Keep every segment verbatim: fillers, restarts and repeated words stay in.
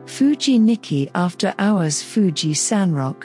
Fuji Nikki After Hours Fuji Sanrock.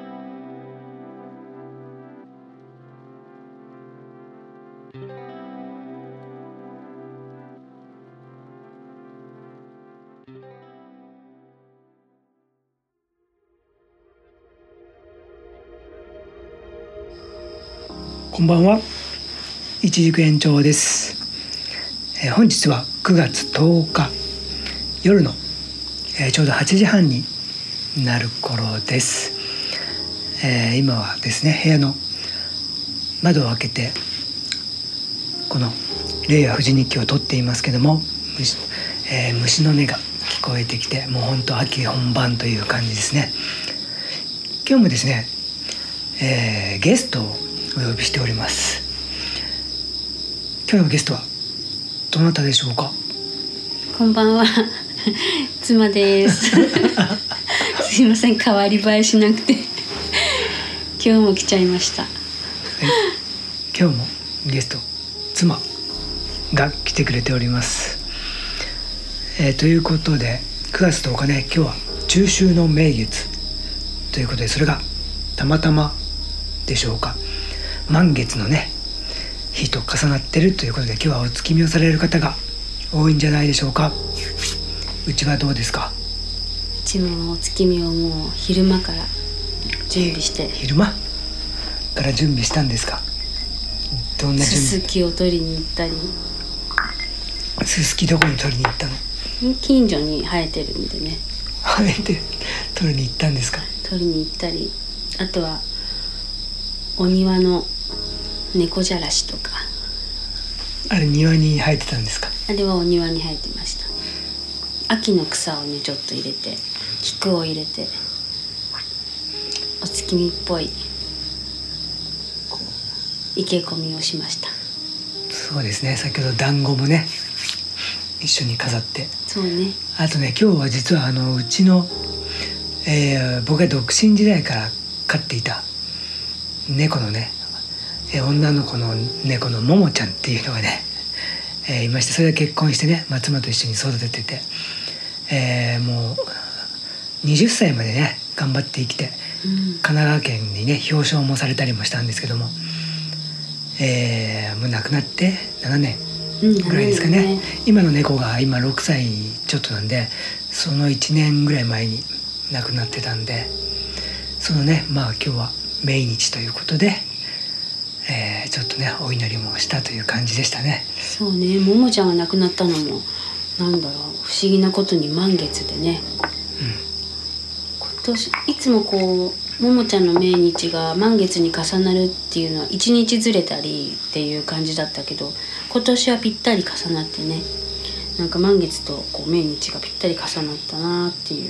こんばんは、一軸延長です。えー、本日はくがつとおか夜の、えー、ちょうどはちじはんになる頃です。えー、今はですね、部屋の窓を開けてこの令和富士日記を撮っていますけども、虫、えー、虫の音が聞こえてきて、もう本当秋本番という感じですね。今日もですね、えー、ゲストをお呼びしております。今日のゲストはどなたでしょうか。 こんばんは妻ですすいません、変わり映えしなくて今日も来ちゃいました。はい、 今日もゲスト妻が来てくれております。えー、ということでくがつとおかね、今日は中秋の名月ということで、それがたまたまでしょうか、満月のね日と重なってるということで、今日はお月見をされる方が多いんじゃないでしょうか。うちはどうですか。 うちもお月見をもう昼間から準備して。 昼間から準備したんですか。どんな準備。 すすきを取りに行ったり。 すすきどこに取りに行ったの。 近所に生えてるんでね。 生えてる、取りに行ったんですか。 取りに行ったり、あとはお庭の猫じゃらしとか。 あれ庭に生えてたんですか。 あれはお庭に生えてました。秋の草をねちょっと入れて、菊を入れて、お月見っぽいこう生け込みをしました。 そうですね、先ほど団子もね一緒に飾って。 そうね。 あとね、今日は実はあのうちの、えー、僕が独身時代から飼っていた猫のね、えー、女の子の猫のももちゃんっていうのがね、えー、いまして、それで結婚してね、まあ、妻と一緒に育ててて、えー、もうにじゅっさいまでね頑張って生きて、うん、神奈川県にね表彰もされたりもしたんですけども、えー、もう亡くなってななねんぐらいですかね。うん、今の猫が今ろくさいちょっとなんで、そのいちねんぐらい前に亡くなってたんで、そのね、まあ今日は命日ということで、えー、ちょっとねお祈りもしたという感じでしたね。 そうね、ももちゃんが亡くなったのもなんだろう、不思議なことに満月でね、うん、今年いつもこうももちゃんの命日が満月に重なるっていうのはいちにちずれたりっていう感じだったけど、今年はぴったり重なってね、なんか満月とこう命日がぴったり重なったなっていう、うん、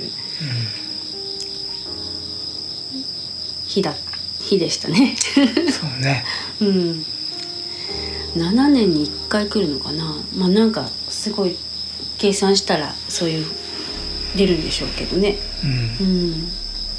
日だ日でしたねそうね、 うん、ななねんにいっかい来るのかな。まあなんかすごい計算したらそういう出るんでしょうけどね、うんうん、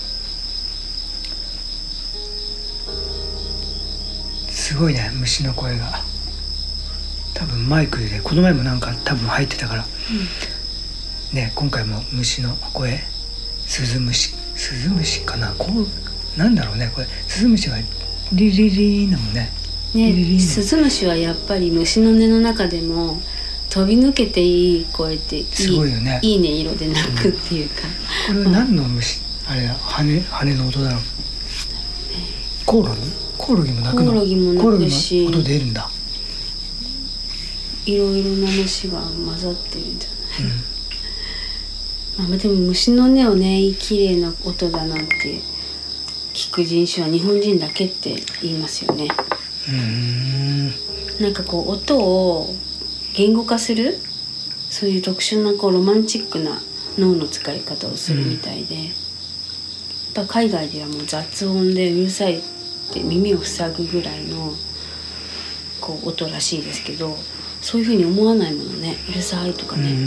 すごいね、虫の声が多分マイクでこの前もなんか多分入ってたから、うん、ね、今回も虫の声、スズムシスズムシかな、こうなんだろうね、これスズムシはリリリーなもんね。 ね、リリリスズムシはやっぱり虫の音の中でも飛び抜けていい声っていい、 すごいよね、 いい音色で鳴くっていうか、 うん、これは何の虫、あれ羽羽の音だろう。コオロギコオロギも鳴くの。 コオロギも鳴くし、 コオロギの音出るんだ。 いろいろな虫が混ざってるんじゃない、うん、まあでも虫の音をね綺麗な音だなって聞く人種は日本人だけって言いますよね。うーん、なんかこう音を言語化する、そういう特殊なこうロマンチックな脳の使い方をするみたいで、うん、やっぱ海外ではもう雑音でうるさいって耳を塞ぐぐらいのこう音らしいですけど、そういう風に思わないものね、うるさいとかね、うん、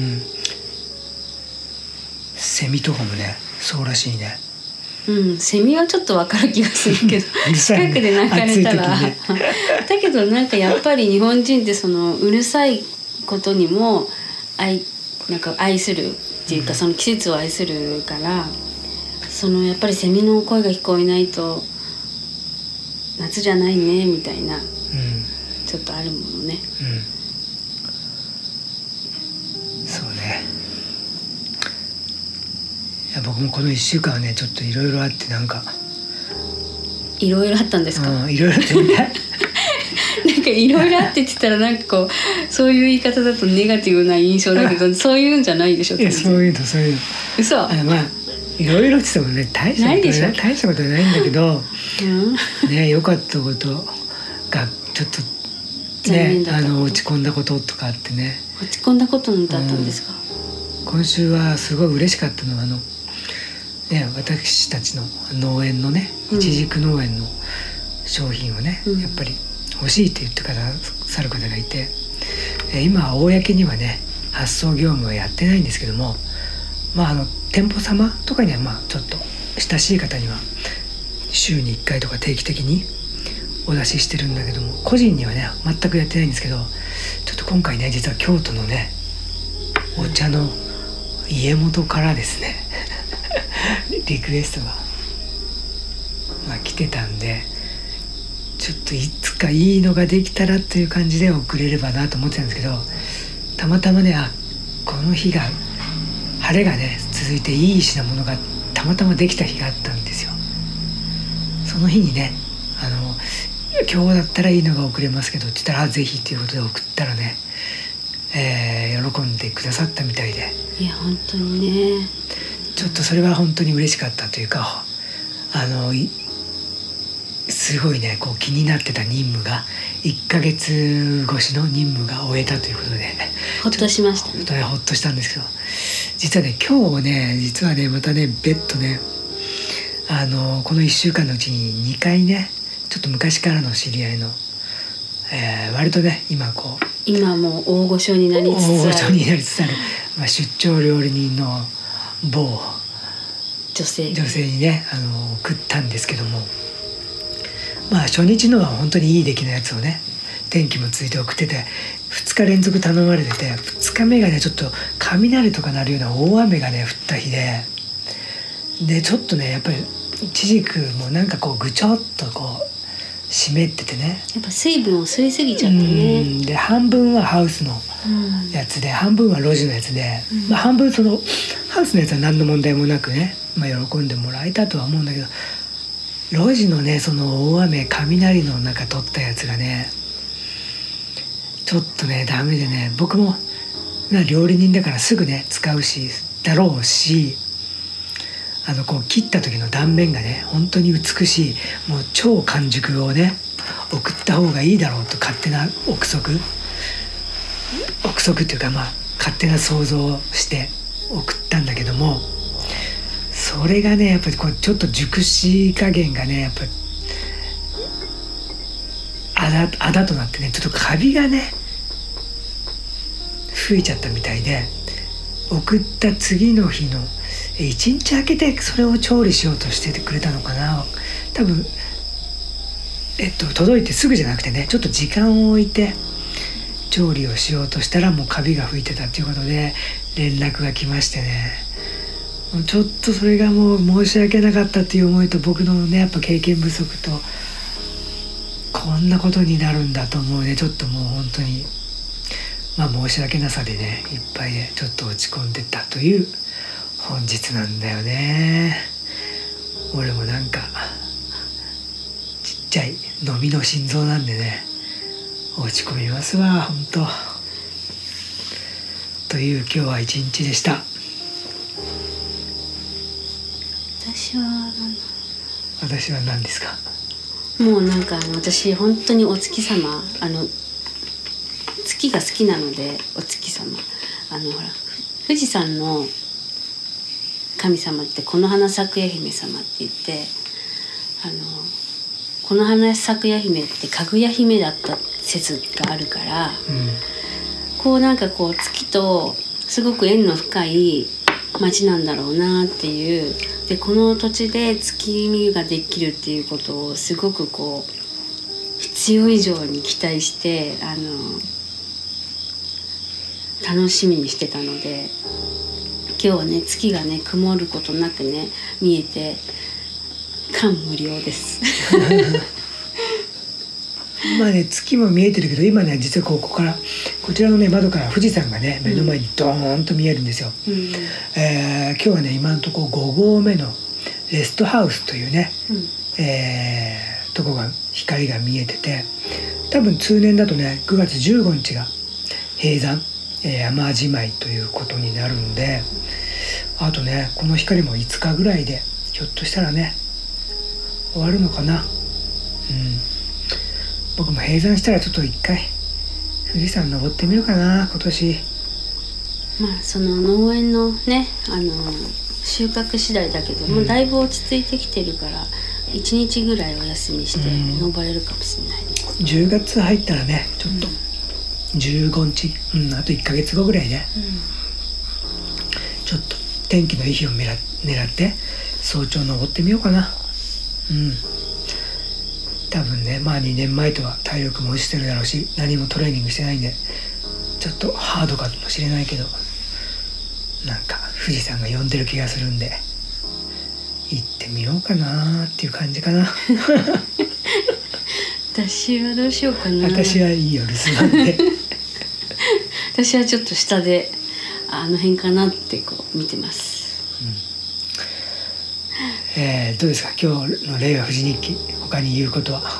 セミとかもねそうらしいね。 うん、セミはちょっと分かる気がするけど近くで鳴かれたら、ね、だけどなんかやっぱり日本人ってそのうるさいことにも愛、なんか愛するっていうか、うん、その季節を愛するから、そのやっぱりセミの声が聞こえないと夏じゃないねみたいな、うん、ちょっとあるものね、 うん、そうね。いや僕もこのいっしゅうかんはねちょっといろいろあって、なんかいろいろあったんですか？ うん、いろいろってねなんかいろいろあってって言ったらなんかこうそういう言い方だとネガティブな印象だけどそういうんじゃないでしょ。 いやそういうのそういうの嘘。 あまあいろいろって言ってもね大したことない大したことないんだけど、うん、ね良かったことがちょっとねあの落ち込んだこととかあってね。 落ち込んだことなんてあったんですか？ うん、今週はすごい嬉しかったのはあの、ね、私たちの農園のねいちじく農園の商品をね、うん、やっぱり欲しいって言ってくださる方がいて、今は公にはね発送業務はやってないんですけども、まああの店舗様とかにはまあちょっと親しい方には週にいっかいとか定期的にお出ししてるんだけども、個人にはね全くやってないんですけど、ちょっと今回ね実は京都のねお茶の家元からですねリクエストが、まあ、来てたんで、ちょっといつかいいのができたらという感じで送れればなと思ってたんですけど、たまたまねあこの日が晴れがね続いていい品物がたまたまできた日があったんですよ。その日にねあの今日だったらいいのが送れますけどって言ったら、あぜひということで送ったらね、えー、喜んでくださったみたいで、 いや本当にねちょっとそれは本当に嬉しかったというか、あのすごいねこう気になってた任務がいっかげつ越しの任務が終えたということでほっとしましたね。 本当ねほっとしたんですけど、実はね今日ね実はねまたね別途ねあのこのいっしゅうかんのうちににかいねちょっと昔からの知り合いの、えー、割とね今こう今もう大御所になりつつある大御所になりつつある、まあ、出張料理人の某女性女性にねあの送ったんですけども、まあ初日のは本当にいい出来のやつをね天気もついて送ってて、ふつか連続頼まれてて、ふつかめがねちょっと雷とか鳴るような大雨がね降った日で、でちょっとねやっぱりイチジクもなんかこうぐちょっとこう湿っててね、 やっぱ水分を吸いすぎちゃってね、 うんで半分はハウスのやつで、うん、半分は路地のやつで、うんまあ、半分そのハウスのやつは何の問題もなくね、まあ、喜んでもらえたとは思うんだけど、路地のねその大雨雷の中取ったやつがねちょっとねダメでね、僕も料理人だからすぐね使うしだろうし、あのこう切った時の断面がね本当に美しい、もう超完熟をね送った方がいいだろうと勝手な憶測憶測っていうかまあ勝手な想像をして送ったんだけども、それがねやっぱりこうちょっと熟し加減がねやっぱりあだあだとなってね、ちょっとカビがね吹いちゃったみたいで、送った次の日のいちにち空けてそれを調理しようとしててくれたのかな、多分えっと届いてすぐじゃなくてねちょっと時間を置いて調理をしようとしたらもうカビが吹いてたっていうことで連絡が来ましてね、ちょっとそれがもう申し訳なかったっていう思いと、僕のねやっぱ経験不足とこんなことになるんだと思うね、ちょっともう本当にまあ申し訳なさでねいっぱいでちょっと落ち込んでたという本日なんだよね。俺もなんかちっちゃい飲みの心臓なんでね落ち込みますわ本当という今日は一日でした。 私は何私は何ですか？ もうなんかあの私本当にお月様、あの月が好きなので、お月様あのほら富士山の神様ってこの花咲くや姫様って言って、あのこの花咲くや姫ってかぐや姫だった説があるから、うん、こうなんかこう月とすごく縁の深い町なんだろうなっていう、でこの土地で月見ができるっていうことをすごくこう必要以上に期待してあの楽しみにしてたので、 日はね月がね曇ることなくね見えて感無量ですまあね月も見えてるけど今ね実はここからこちらのね窓から富士山がね目の前にドーンと見えるんですよ、 うんえー、今日はね今のところご合目のレストハウスというね、 うんえー、とこが光が見えてて多分通年だとねくがつじゅうごにちが閉山、えー、山じまいということになるんであとねこの光もいつかぐらいでひょっとしたらね終わるのかな。うん僕も閉山したらちょっと一回富士山登ってみるかな今年。 まあその農園のねあの収穫次第だけど、うん、もうだいぶ落ち着いてきてるからいちにちぐらいお休みして登れるかもしれないね、 うん、じゅうがつ入ったらねちょっとじゅうごにち、うん、あといっかげつごぐらいね、うん、ちょっと天気のいい日を狙って早朝登ってみようかな。うん多分ねまあにねんまえとは体力も落ちてるだろうし何もトレーニングしてないんでちょっとハードかもしれないけどなんか富士山が呼んでる気がするんで行ってみようかなっていう感じかな私はどうしようかな。 私はいいよ留守なんで私はちょっと下であの辺かなってこう見てます、 うんえー、どうですか今日の令和富士日記他に言うことは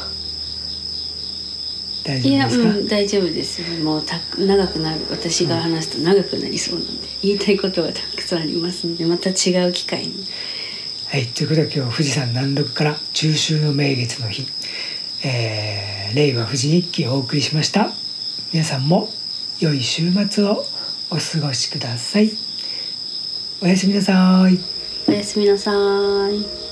大丈夫ですか？ いや、うん、大丈夫です。もうた長くなる私が話すと長くなりそうなんで、うん、言いたいことがたくさんありますのでまた違う機会に。 はいということで今日富士山南麓から中秋の名月の日、えー、令和富士日記をお送りしました。皆さんも良い週末をお過ごしください。おやすみなさい。 おやすみなさい。